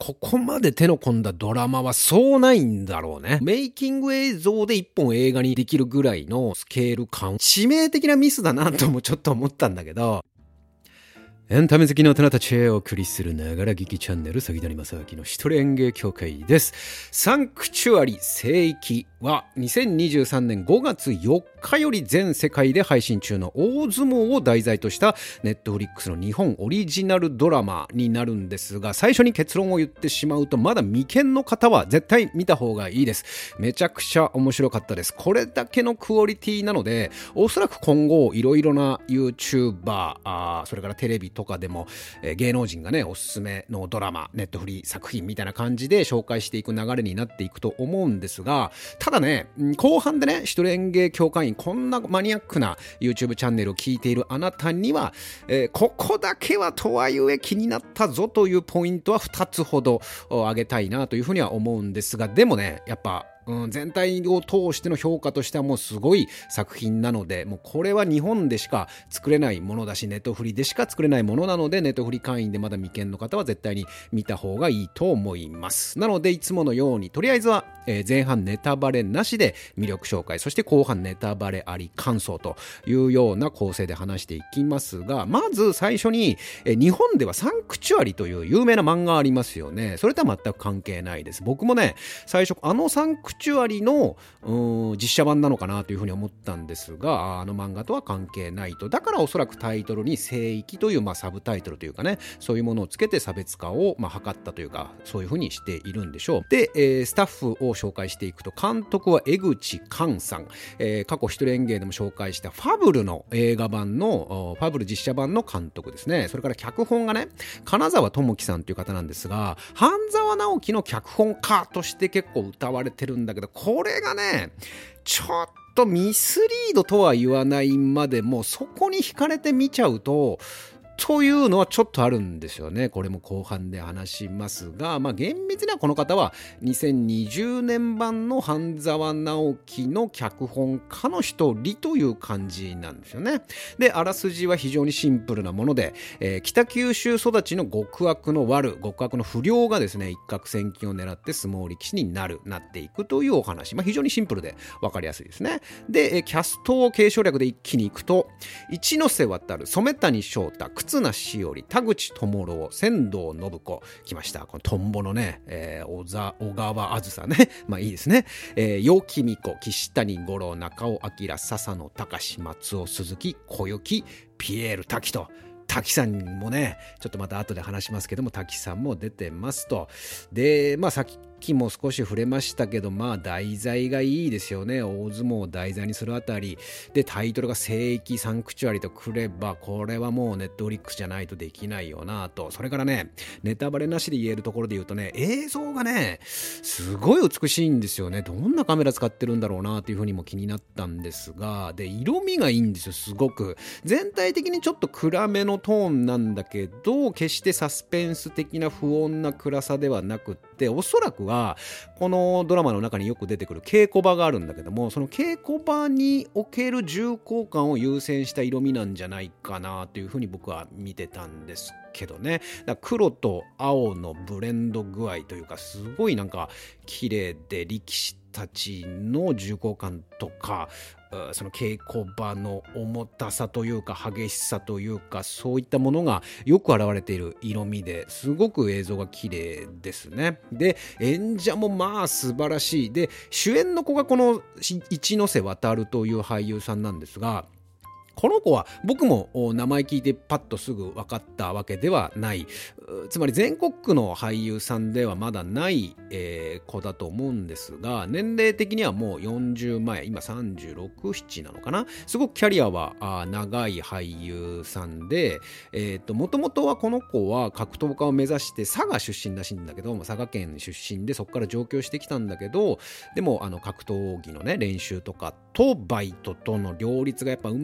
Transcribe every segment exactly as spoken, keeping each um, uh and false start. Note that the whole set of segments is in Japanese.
ここまで手の込んだドラマはそうないんだろうね。メイキング映像で一本映画にできるぐらいのスケール感、致命的なミスだなともちょっと思ったんだけど、エンタメ好きの大人たちへお送りするながら聞きチャンネル、杉谷正明の一人演芸協会です。サンクチュアリ聖域はにせんにじゅうさんねんごがつよっかより全世界で配信中の大相撲を題材としたネットフリックスの日本オリジナルドラマになるんですが、最初に結論を言ってしまうと、まだ未見の方は絶対見た方がいいです。めちゃくちゃ面白かったです。これだけのクオリティなので、おそらく今後いろいろな YouTuber、あそれからテレビとかでも、えー、芸能人がねおすすめのドラマ、ネットフリ作品みたいな感じで紹介していく流れになっていくと思うんですが、ただね、後半でね、一人演芸協会員、こんなマニアックな YouTube チャンネルを聞いているあなたには、えー、ここだけはとはいえ気になったぞというポイントはふたつほど挙げたいなというふうには思うんですが、でもね、やっぱうん、全体を通しての評価としてはもうすごい作品なので、もうこれは日本でしか作れないものだし、ネットフリでしか作れないものなので、ネットフリ会員でまだ未見の方は絶対に見た方がいいと思います。なのでいつものようにとりあえずは、えー、前半ネタバレなしで魅力紹介、そして後半ネタバレあり感想というような構成で話していきますが、まず最初に、えー、日本ではサンクチュアリという有名な漫画ありますよね。それとは全く関係ないです。僕もね、最初あのサンクチュアリの実写版なのかなというふうに思ったんですが、あの漫画とは関係ないと。だからおそらくタイトルに聖域という、まあ、サブタイトルというかね、そういうものをつけて差別化を、まあ、図ったというか、そういうふうにしているんでしょう。で、えー、スタッフを紹介していくと、監督は江口寛さん、えー、過去一人演芸でも紹介したファブルの映画版のファブル実写版の監督ですね。それから脚本がね、金沢智樹さんという方なんですが、半沢直樹の脚本家として結構歌われてるんだけど、これがね、ちょっとミスリードとは言わないまでも、そこに惹かれて見ちゃうとというのはちょっとあるんですよね。これも後半で話しますが、まあ厳密にはこの方はにせんにじゅうねん版の半沢直樹の脚本家の一人という感じなんですよね。で、あらすじは非常にシンプルなもので、えー、北九州育ちの極悪の悪、極悪の不良がですね、一攫千金を狙って相撲力士になる、なっていくというお話。まあ非常にシンプルで分かりやすいですね。で、えー、キャストを継承略で一気にいくと、一ノ瀬渡る、染谷翔太、忽那しおり、田口智朗、仙道信子、来ました。このトンボのね、えー、小沢小川あずさね、まあいいですね。えー、陽気美子、岸谷五郎、中尾明、笹野隆、松尾鈴木、小雪、ピエール滝と。滝さんもね、ちょっとまた後で話しますけども、滝さんも出てますと。で、まあさっきも少し触れましたけど、まあ題材がいいですよね。大相撲を題材にするあたりで、タイトルが聖域サンクチュアリとくれば、これはもうネットフリックスじゃないとできないよなと。それからね、ネタバレなしで言えるところで言うとね、映像がね、すごい美しいんですよね。どんなカメラ使ってるんだろうなというふうにも気になったんですが、で、色味がいいんですよ、すごく。全体的にちょっと暗めのトーンなんだけど、決してサスペンス的な不穏な暗さではなくって、おそらくはこのドラマの中によく出てくる稽古場があるんだけども、その稽古場における重厚感を優先した色味なんじゃないかなというふうに僕は見てたんですけどね。だから黒と青のブレンド具合というか、すごいなんか綺麗で、力士たちの重厚感とか、その稽古場の重たさというか激しさというか、そういったものがよく現れている色味で、すごく映像が綺麗ですね。で、演者もまあ素晴らしい。で、主演の子がこの一ノ瀬渡るという俳優さんなんですが、この子は僕も名前聞いてパッとすぐ分かったわけではない。つまり全国区の俳優さんではまだない、えー、子だと思うんですが、年齢的にはもうよんじゅうまえ、今さんじゅうろく、なななのかな。すごくキャリアはあ長い俳優さんで、えーと、もともとはこの子は格闘家を目指して佐賀出身らしいんだけど、佐賀県出身でそこから上京してきたんだけど、でもあの格闘技のね練習とかとバイトとの両立がやっぱうまくいか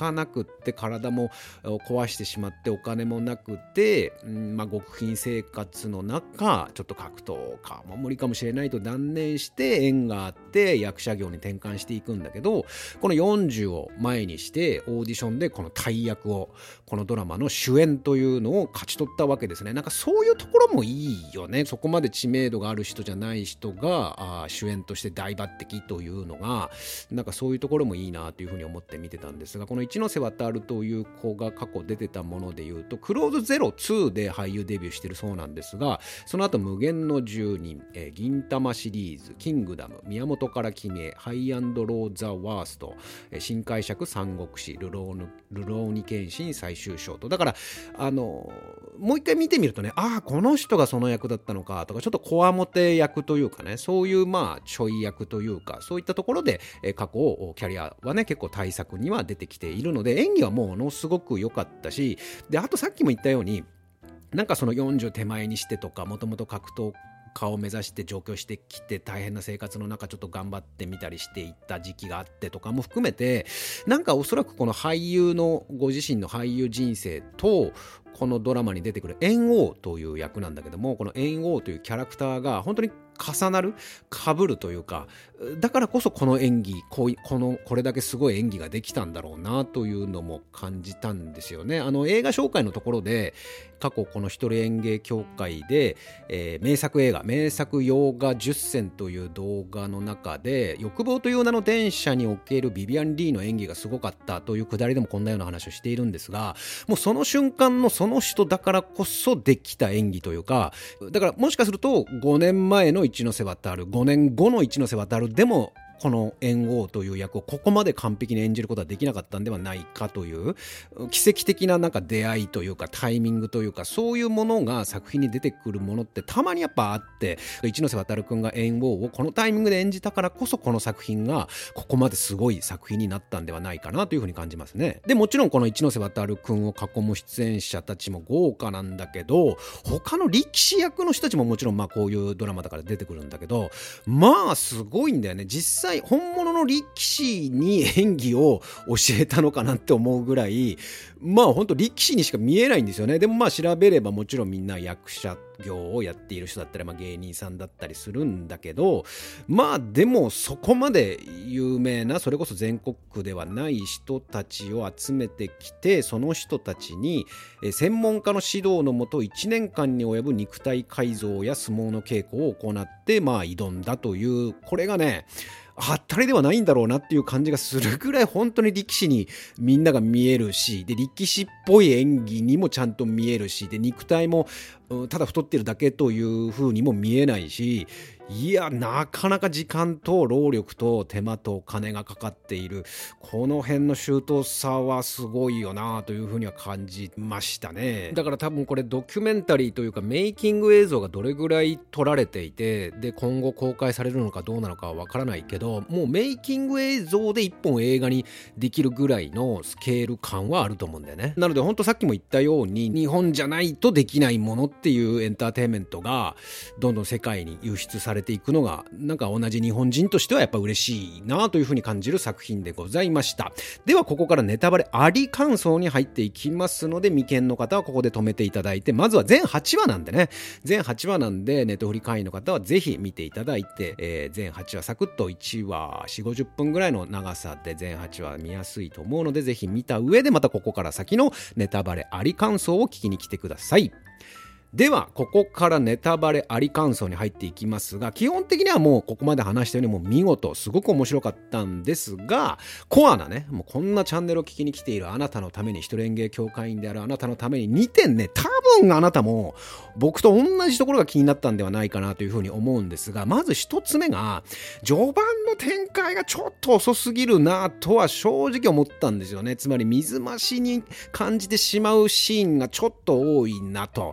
かなくって体も壊してしまってお金もなくて、うんまあ、極貧生活の中ちょっと格闘家も無理かもしれないと断念して縁があって役者業に転換していくんだけど、このよんじゅうを前にしてオーディションでこの大役をこのドラマの主演というのを勝ち取ったわけですね。なんかそういうところもいいよね。そこまで知名度がある人じゃない人があ主演として大抜擢というのがなんかそういうところもいいなというふうに思って見てたんですが、この一ノ瀬渡という子が過去出てたものでいうとクローズゼロにで俳優デビューしてるそうなんですが、その後無限の住人、えー、銀魂シリーズ、キングダム、宮本から君へ、ハイアンドローザワースト、えー、新解釈三国志、流浪の流浪に剣心最終章と、だからあのー、もう一回見てみるとね、ああこの人がその役だったのかとか、ちょっとこわもて役というかね、そういうまあちょい役というか、そういったところで、えー、過去キャリアはね結構大作には出てきているので、演技はものすごく良かったし、であとさっきも言ったようになんかそのよんじゅう手前にしてとか、もともと格闘家を目指して上京してきて大変な生活の中ちょっと頑張ってみたりしていった時期があってとかも含めて、なんかおそらくこの俳優のご自身の俳優人生とこのドラマに出てくる猿翁という役なんだけども、この猿翁というキャラクターが本当に重なる被るというか、だからこそこの演技こうこのこれだけすごい演技ができたんだろうなというのも感じたんですよね。あの映画紹介のところで過去この一人演芸協会で、えー、名作映画名作洋画じゅっせんという動画の中で欲望という名の電車におけるビビアン・リーの演技がすごかったというくだりでもこんなような話をしているんですが、もうその瞬間のその人だからこそできた演技というか、だからもしかするとごねんまえの一ノ瀬渡る、ごねんごの一ノ瀬渡るでもこの猿翁という役をここまで完璧に演じることはできなかったんではないかという奇跡的ななんか出会いというかタイミングというか、そういうものが作品に出てくるものってたまにやっぱあって、一ノ瀬渡くんが猿翁をこのタイミングで演じたからこそこの作品がここまですごい作品になったんではないかなというふうに感じますね。でもちろんこの一ノ瀬渡くんを囲む出演者たちも豪華なんだけど、他の力士役の人たちももちろんまあこういうドラマだから出てくるんだけど、まあすごいんだよね。実際本物の力士に演技を教えたのかなって思うぐらい、まあ本当力士にしか見えないんですよね。でもまあ調べればもちろんみんな役者業をやっている人だったり、まあ、芸人さんだったりするんだけど、まあでもそこまで有名な、それこそ全国区ではない人たちを集めてきて、その人たちに専門家の指導のもといちねんかんに及ぶ肉体改造や相撲の稽古を行ってまあ挑んだという、これがねはったりではないんだろうなっていう感じがするぐらい本当に力士にみんなが見えるし、で力士っぽい演技にもちゃんと見えるし、で肉体もただ太ってるだけという風にも見えないし、いやなかなか時間と労力と手間と金がかかっている、この辺の周到さはすごいよなという風には感じましたね。だから多分これドキュメンタリーというかメイキング映像がどれぐらい撮られていて、で今後公開されるのかどうなのかはわからないけど、もうメイキング映像で一本映画にできるぐらいのスケール感はあると思うんだよね。なので本当さっきも言ったように、日本じゃないとできないものっていうエンターテインメントがどんどん世界に輸出されていくのが、なんか同じ日本人としてはやっぱ嬉しいなというふうに感じる作品でございました。ではここからネタバレあり感想に入っていきますので、未見の方はここで止めていただいて、まずは全はちわなんでね、全はちわなんでネットフリ会員の方はぜひ見ていただいて、えー、全はちわサクッといちわよんじゅうごじゅっぷんぐらいの長さで全はちわ見やすいと思うので、ぜひ見た上でまたここから先のネタバレあり感想を聞きに来てください。ではここからネタバレあり感想に入っていきますが、基本的にはもうここまで話したようにもう見事すごく面白かったんですが、コアなね、もうこんなチャンネルを聞きに来ているあなたのために、一人演芸協会員であるあなたのためににてんね、多分あなたも僕と同じところが気になったんではないかなというふうに思うんですが、まず一つ目が序盤の展開がちょっと遅すぎるなとは正直思ったんですよね。つまり水増しに感じてしまうシーンがちょっと多いなと。同じ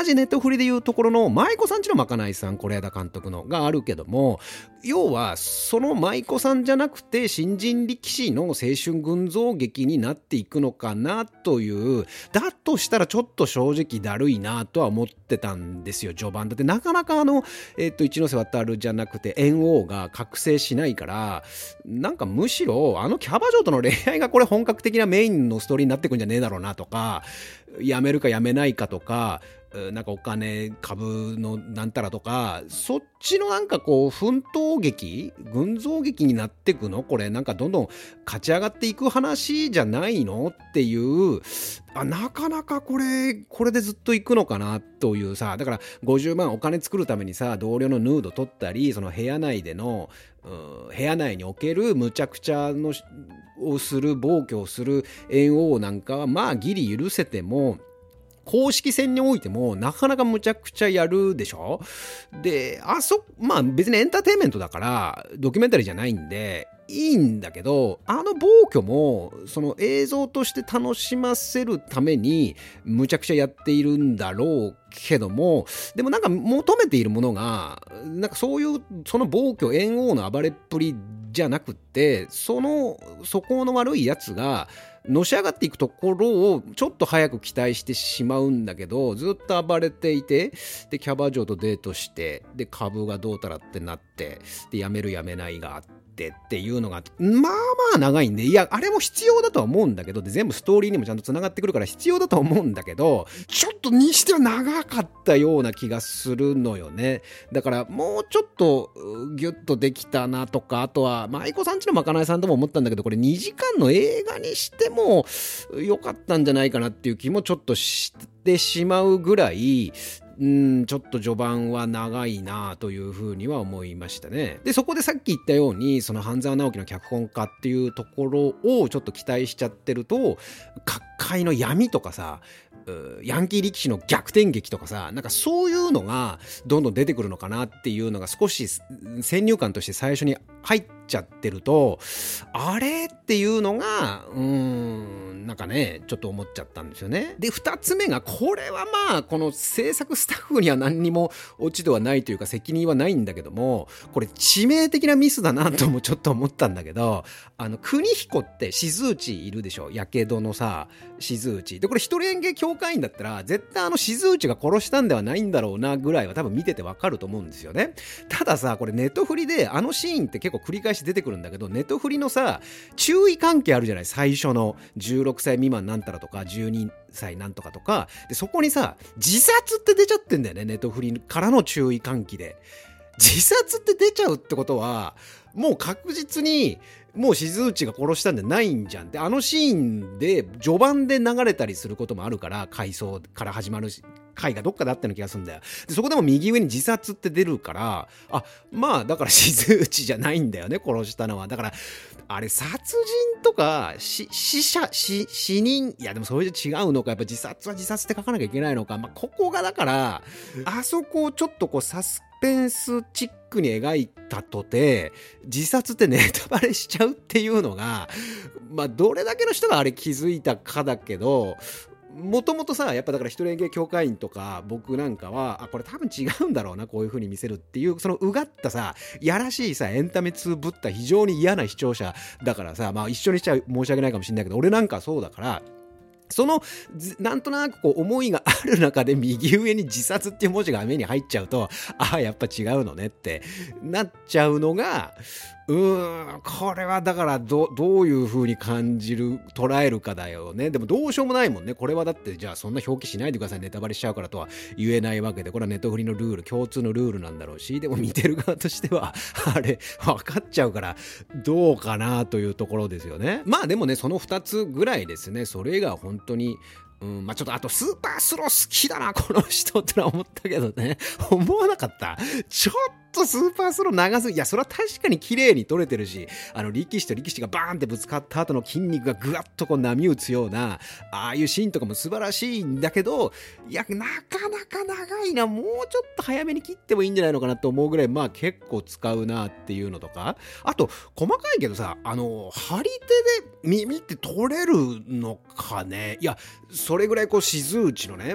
じネットフリでいうところの舞妓さんちのまかないさん、是枝監督のがあるけども、要はその舞妓さんじゃなくて新人力士の青春群像劇になっていくのかなという、だとしたらちょっと正直だるいなとは思ってたんですよ、序盤。だってなかなかあの、えっと、一ノ瀬渡るじゃなくて猿翁が覚醒しないから、なんかむしろあのキャバ嬢との恋愛がこれ本格的なメインのストーリーになってくんじゃねえだろうなとか、やめるかやめないかとか、なんかお金株のなんたらとか、そっちのなんかこう奮闘劇群像劇になってくのこれ、なんかどんどん勝ち上がっていく話じゃないのっていう、あなかなかこれこれでずっといくのかなというさ。だからごじゅうまんお金作るためにさ、同僚のヌード取ったり、その部屋内での部屋内におけるむちゃくちゃのをする暴挙をする猿翁なんかはまあギリ許せても、公式戦においてもなかなかむちゃくちゃやるでしょ。で、あそまあ別にエンターテインメントだからドキュメンタリーじゃないんでいいんだけど、あの暴挙もその映像として楽しませるためにむちゃくちゃやっているんだろうけども、でもなんか求めているものがなんかそういうその暴挙猿翁の暴れっぷりじゃなくって、その素行の悪いやつがのし上がっていくところをちょっと早く期待してしまうんだけど、ずっと暴れていて、でキャバ嬢とデートして、で株がどうたらってなって、でやめるやめないがあってっていうのがまあまあ長いんで、いやあれも必要だとは思うんだけど、で全部ストーリーにもちゃんとつながってくるから必要だとは思うんだけど、ちょっとにしては長かったような気がするのよね。だからもうちょっとギュッとできたなとか、あとは舞妓さんちのまかないさんとも思ったんだけど、これにじかんの映画にしてもも良かったんじゃないかなっていう気もちょっとしてしまうぐらい、うんちょっと序盤は長いなというふうには思いましたね。でそこでさっき言ったように、その半沢直樹の脚本家っていうところをちょっと期待しちゃってると、各界の闇とかさ、ヤンキー力士の逆転劇とかさ、なんかそういうのがどんどん出てくるのかなっていうのが少し先入観として最初に入っちゃってると、あれっていうのがうーんなんかねちょっと思っちゃったんですよね。でふたつめが、これはまあこの制作スタッフには何にも落ち度はないというか責任はないんだけども、これ致命的なミスだなともちょっと思ったんだけど、あの邦彦って静内いるでしょ、やけどのさ静内で、これ一人演芸協会員だったら絶対あの静内が殺したんではないんだろうなぐらいは多分見ててわかると思うんですよね。たださ、これネットフリであのシーンって結構繰り返し出てくるんだけど、ネットフリのさ注意喚起あるじゃない、最初のじゅうろくさい未満なんたらとかじゅうにさいなんとかとかで、そこにさ自殺って出ちゃってんだよね、ネットフリからの注意喚起で。自殺って出ちゃうってことはもう確実にもう静内が殺したんじゃないんじゃんって、あのシーンで序盤で流れたりすることもあるから、回想から始まる回がどっかであったような気がするんだよ。でそこでも右上に自殺って出るから、あまあだから静内じゃないんだよね殺したのは。だからあれ殺人とか死者死死人、いやでもそれじゃ違うのか、やっぱ自殺は自殺って書かなきゃいけないのか、まあここがだからあそこをちょっとこうサスペンスチックに描いたとて自殺ってネタバレしちゃうっていうのが、まあどれだけの人があれ気づいたかだけど、もともとさやっぱだから一人演芸協会員とか僕なんかは、あこれ多分違うんだろうなこういう風に見せるっていう、そのうがったさやらしいさエンタメ通ぶった非常に嫌な視聴者だからさ、まあ一緒にしちゃ申し訳ないかもしれないけど、俺なんかそうだから、そのなんとなくこう思いがある中で右上に自殺っていう文字が目に入っちゃうと、ああやっぱ違うのねってなっちゃうのが、うーんこれはだからどどういう風に感じる捉えるかだよね。でもどうしようもないもんねこれは。だってじゃあそんな表記しないでくださいネタバレしちゃうからとは言えないわけで、これはネットフリのルール共通のルールなんだろうし、でも見てる側としてはあれ分かっちゃうからどうかなというところですよね。まあでもねそのふたつぐらいですね。それが本当にうんまあ、ちょっとあとスーパースロー好きだなこの人ってのは思ったけどね。思わなかった。ちょっとスーパースロー長すぎ。いやそれは確かに綺麗に撮れてるし、あの力士と力士がバーンってぶつかった後の筋肉がぐわっとこう波打つようなああいうシーンとかも素晴らしいんだけど、いやなかなか長いな、もうちょっと早めに切ってもいいんじゃないのかなと思うぐらい、まあ結構使うなっていうのとか、あと細かいけどさ、あの張り手で耳って取れるのかね。いやそれぐらいこう静内のね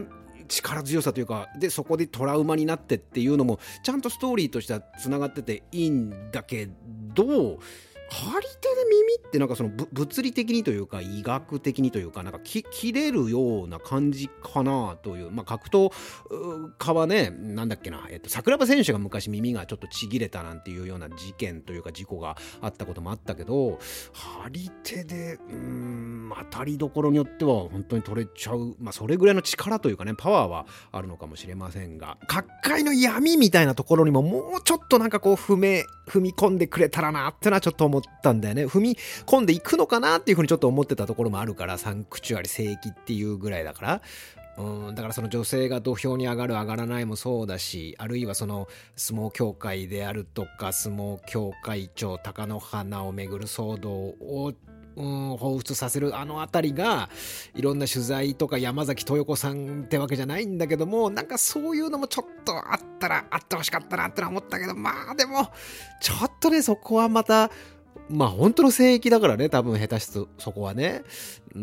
力強さというかでそこでトラウマになってっていうのもちゃんとストーリーとしてはつながってていいんだけど、張り手で耳ってなんかその物理的にというか医学的にというかなんかき切れるような感じかなという、まあ格闘家はね、なんだっけな、えっと桜庭選手が昔耳がちょっとちぎれたなんていうような事件というか事故があったこともあったけど、張り手でうーん当たりどころによっては本当に取れちゃう、まあそれぐらいの力というかねパワーはあるのかもしれませんが、角界の闇みたいなところにももうちょっとなんかこう踏め踏み込んでくれたらなってのはちょっと思ったんだよね。踏み込んでいくのかなっていうふうにちょっと思ってたところもあるから、サンクチュアリ聖域っていうぐらいだから、うん、だからその女性が土俵に上がる上がらないもそうだし、あるいはその相撲協会であるとか相撲協会長貴乃花をめぐる騒動をうん、彷彿させるあのあたりがいろんな取材とか山崎豊子さんってわけじゃないんだけども、なんかそういうのもちょっとあったらあってほしかったなってのは思ったけど、まあでもちょっとねそこはまたまあ本当の聖域だからね、多分下手するとそこはね、うん、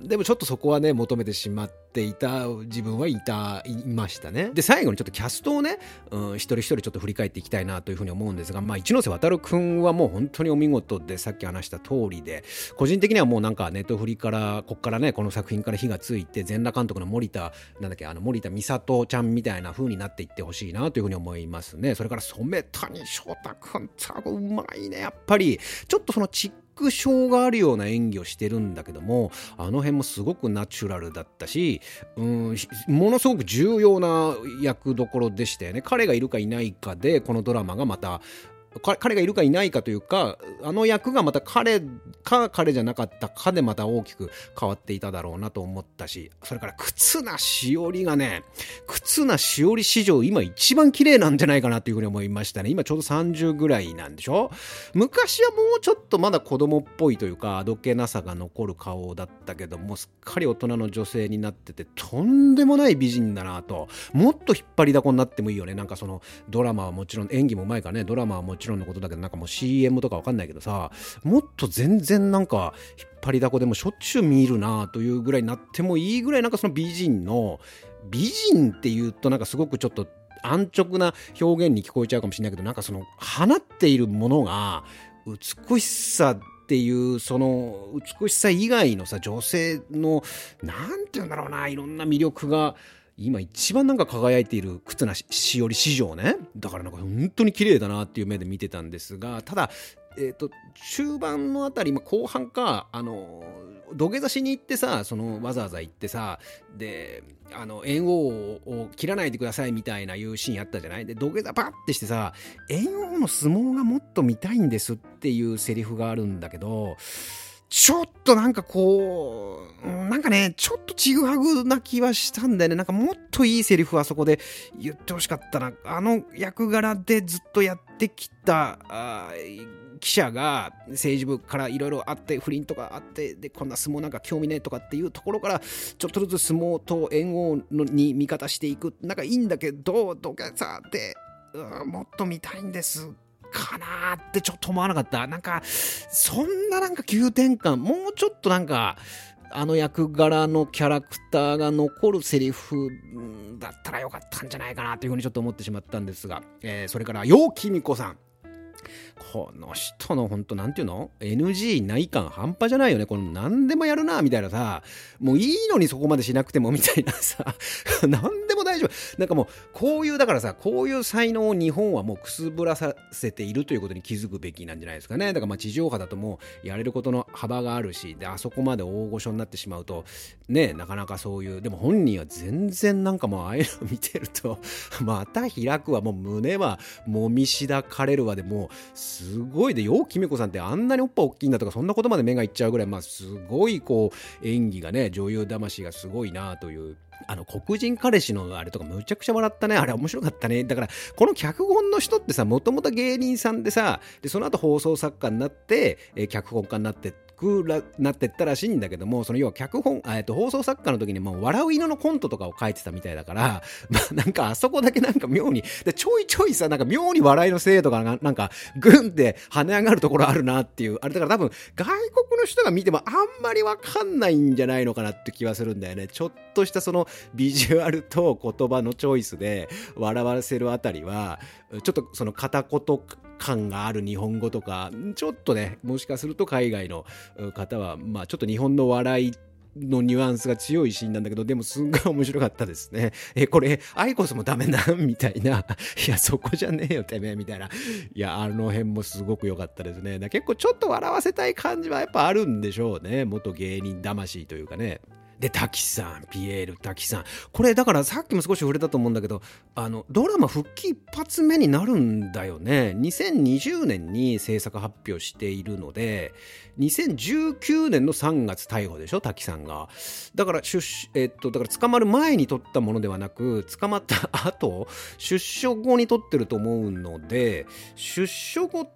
でもちょっとそこはね求めてしまっていた自分はいたいましたね。で最後にちょっとキャストをね、うん、一人一人ちょっと振り返っていきたいなというふうに思うんですが、まあ一ノ瀬航くんはもう本当にお見事で、さっき話した通りで個人的にはもうなんかネットフリからこっからねこの作品から火がついて全裸監督の森田なんだっけあの森田美里ちゃんみたいな風になっていってほしいなというふうに思いますね。それから染谷翔太くん多分うまいね、やっぱりちょっとそのチックショーがあるような演技をしてるんだけども、あの辺もすごくナチュラルだったし、うん、ものすごく重要な役どころでしたよね。彼がいるかいないかでこのドラマがまた彼がいるかいないかというか、あの役がまた彼か彼じゃなかったかでまた大きく変わっていただろうなと思ったし、それから忽那しおりがね、忽那しおり史上今一番綺麗なんじゃないかなというふうに思いましたね。今ちょうどさんじゅうぐらいなんでしょ。昔はもうちょっとまだ子供っぽいというかあどけなさが残る顔だったけども、すっかり大人の女性になっててとんでもない美人だなと。もっと引っ張りだこになってもいいよね。なんかそのドラマはもちろん演技もうまいからね、ドラマはもちろんもちろんのことだけど、なんかもう シーエム とかわかんないけどさ、もっと全然なんか引っ張りだこでもしょっちゅう見るなというぐらいになってもいいぐらい、なんかその美人の美人っていうとなんかすごくちょっと安直な表現に聞こえちゃうかもしれないけど、なんかその放っているものが美しさっていうその美しさ以外のさ、女性のなんていうんだろうな、いろんな魅力が今一番なんか輝いている忽那しおり史上ね。だからなんか本当に綺麗だなっていう目で見てたんですが、ただえーと中盤のあたり、まあ、後半かあの土下座しに行ってさ、そのわざわざ行ってさ、であの猿王を切らないでくださいみたいないうシーンあったじゃない。で土下座パッてしてさ、猿王の相撲がもっと見たいんですっていうセリフがあるんだけど、ちょっとなんかこうなんかねちょっとちぐはぐな気はしたんだよね。なんかもっといいセリフはそこで言ってほしかったな。あの役柄でずっとやってきたあ記者が政治部からいろいろあって不倫とかあって、でこんな相撲なんか興味ねえとかっていうところからちょっとずつ相撲と猿王に味方していく、なんかいいんだけど土下座でもっと見たいんですかなってちょっと思わなかった。なんかそんななんか急転換、もうちょっとなんかあの役柄のキャラクターが残るセリフだったらよかったんじゃないかなというふうにちょっと思ってしまったんですが、えー、それから楊貴美子さん、この人の本当なんていうの エヌジー 内観半端じゃないよね。この何でもやるなみたいなさ、もういいのにそこまでしなくてもみたいなさ何でも大丈夫。なんかもうこういうだからさ、こういう才能を日本はもうくすぶらさせているということに気づくべきなんじゃないですかね。だからまあ地上波だともうやれることの幅があるし、であそこまで大御所になってしまうとね、なかなかそういう、でも本人は全然なんかもうああいうの見てるとまた開くわ、もう胸はもみしだかれるわで、もうすごいで、楊貴美子さんってあんなにおっぱ大きいんだとかそんなことまで目がいっちゃうぐらい、まあすごいこう演技がね、女優魂がすごいなという。あの黒人彼氏のあれとかむちゃくちゃ笑ったね。あれ面白かったね。だからこの脚本の人ってさ、もともと芸人さんでさ、でその後放送作家になって、えー、脚本家になってなってったらしいんだけども、その要は脚本、えっと放送作家の時にもう笑う犬のコントとかを書いてたみたいだから、まあなんかあそこだけなんか妙にでちょいちょいさ、なんか妙に笑いの精度がなんかグンって跳ね上がるところあるなっていう、あれだから多分外国の人が見てもあんまりわかんないんじゃないのかなって気はするんだよね。ちょっとしたそのビジュアルと言葉のチョイスで笑わせるあたりは、ちょっとその片言感がある日本語とか、ちょっとね、もしかすると海外の方は、まあちょっと日本の笑いのニュアンスが強いシーンなんだけど、でもすんごい面白かったですね。え、これ、アイコスもダメなんみたいな。いや、そこじゃねえよ、てめえ、みたいな。いや、あの辺もすごく良かったですね。だ結構ちょっと笑わせたい感じはやっぱあるんでしょうね。元芸人魂というかね。で、滝さん、ピエール滝さん。これ、だからさっきも少し触れたと思うんだけど、あの、ドラマ復帰一発目になるんだよね。にせんにじゅうねんに制作発表しているので、にせんじゅうきゅうねんのさんがつ逮捕でしょ、滝さんが。だから出、えっと、だから捕まる前に撮ったものではなく、捕まった後、出所後に撮ってると思うので、出所後って、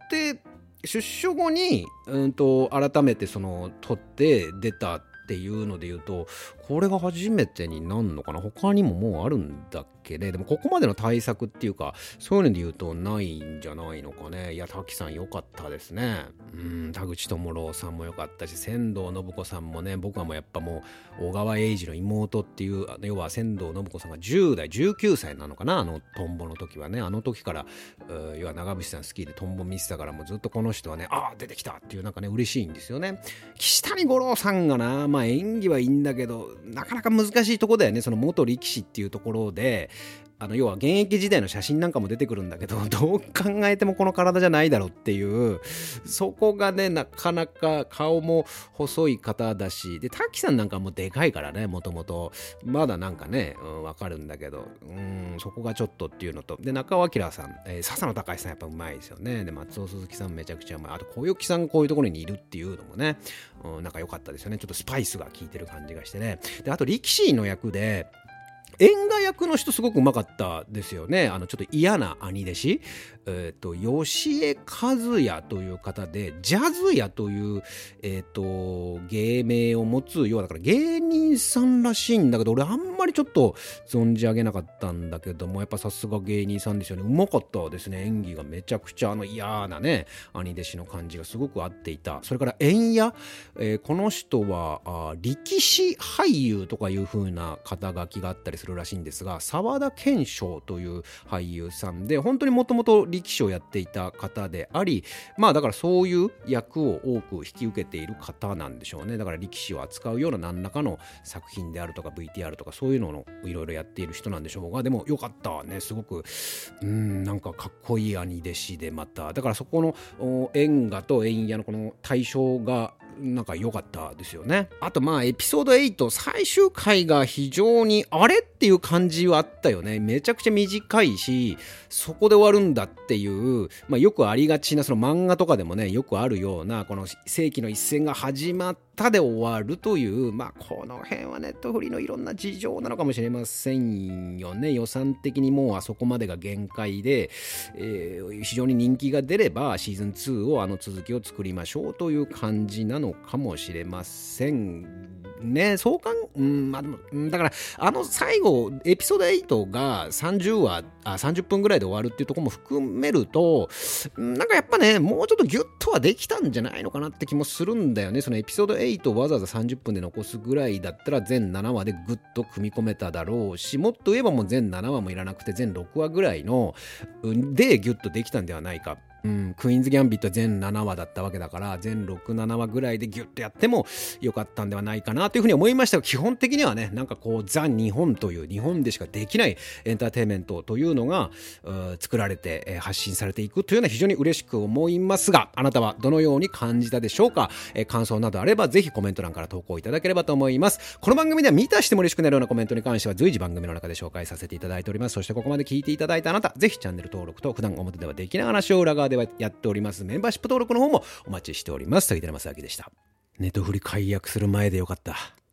出所後に、うんと、改めてその、撮って出たっていうので言うと、これが初めてになんのかな。他にももうあるんだっけね。でもここまでの対策っていうか、そういうので言うとないんじゃないのかね。いや、滝さん良かったですね。うん、田口智朗さんも良かったし、仙道信子さんもね、僕はもうやっぱもう小川栄治の妹っていう、要は仙道信子さんがじゅうだいじゅうきゅうさいなのかな、あのトンボの時はね。あの時から、要は長渕さん好きでトンボ見てたから、もうずっとこの人はね、ああ出てきたっていうなんかね、嬉しいんですよね。岸谷五郎さんがな、まあ演技はいいんだけど、なかなか難しいところだよね。その元力士っていうところで、あの要は現役時代の写真なんかも出てくるんだけど、どう考えてもこの体じゃないだろうっていう、そこがね、なかなか顔も細い方だし、で滝さんなんかもでかいからね、もともとまだなんかね、うん、分かるんだけど、うん、そこがちょっとっていうのと、で中尾明さん、えー、笹野高史さんやっぱうまいですよね。で松尾鈴木さんめちゃくちゃうまい。あと小雪さんこういうところにいるっていうのもね、うん、なんか良かったですよね。ちょっとスパイスが効いてる感じがしてね。であと力士の役で縁側役の人すごくうまかったですよね。あのちょっと嫌な兄弟子、えっ、ー、と吉江和也という方で、ジャズ屋というえっ、ー、と芸名を持つ、要はだから芸人さんらしいんだけど、俺あんまりちょっと存じ上げなかったんだけども、やっぱさすが芸人さんですよね。うまかったですね。演技がめちゃくちゃあの嫌なね兄弟子の感じがすごく合っていた。それから縁屋、えー、この人はあ力士俳優とかいう風な肩書きがあったりするらしいんですが、沢田健翔という俳優さんで、本当にもともと力士をやっていた方であり、まあだからそういう役を多く引き受けている方なんでしょうね。だから力士を扱うような何らかの作品であるとか ブイティーアール とかそういうのをいろいろやっている人なんでしょうが、でもよかったね。すごくうんなんかかっこいい兄弟子で、まただからそこの縁側と縁屋のこの対象がなんか良かったですよね。あとまあエピソードはち最終回が非常にあれっていう感じはあったよね。めちゃくちゃ短いし、そこで終わるんだっていう、まあ、よくありがちなその漫画とかでもねよくあるような、この世紀の一戦が始まったで終わるという、まあこの辺はネットフリのいろんな事情なのかもしれませんよね。予算的にもうあそこまでが限界で、えー、非常に人気が出ればシーズンツーをあの続きを作りましょうという感じなのかもしれませんね。そうかん、うんまあ、だからあの最後エピソードはちがさんじゅうわあさんじゅっぷんぐらいで終わるっていうところも含めると、なんかやっぱねもうちょっとギュッとはできたんじゃないのかなって気もするんだよね。そのエピソードはちをわざわざさんじゅっぷんで残すぐらいだったら全ななわでグッと組み込めただろうし、もっと言えばもう全ななわもいらなくて全ろくわぐらいのでギュッとできたんではないか。うん、クイーンズ・ギャンビットは全ななわだったわけだから、全ろく、ななわぐらいでギュッとやってもよかったんではないかなというふうに思いましたが、基本的にはね、なんかこうザ・日本という日本でしかできないエンターテインメントというのが作られて、えー、発信されていくというのは非常に嬉しく思いますが、あなたはどのように感じたでしょうか。えー、感想などあればぜひコメント欄から投稿いただければと思います。この番組では見たしても嬉しくなるようなコメントに関しては随時番組の中で紹介させていただいております。そしてここまで聞いていただいたあなた、ぜひチャンネル登録と普段表ではできない話を裏側ではやっておりますメンバーシップ登録の方もお待ちしております。滝寺正明でした。ネットフリ解約する前でよかった。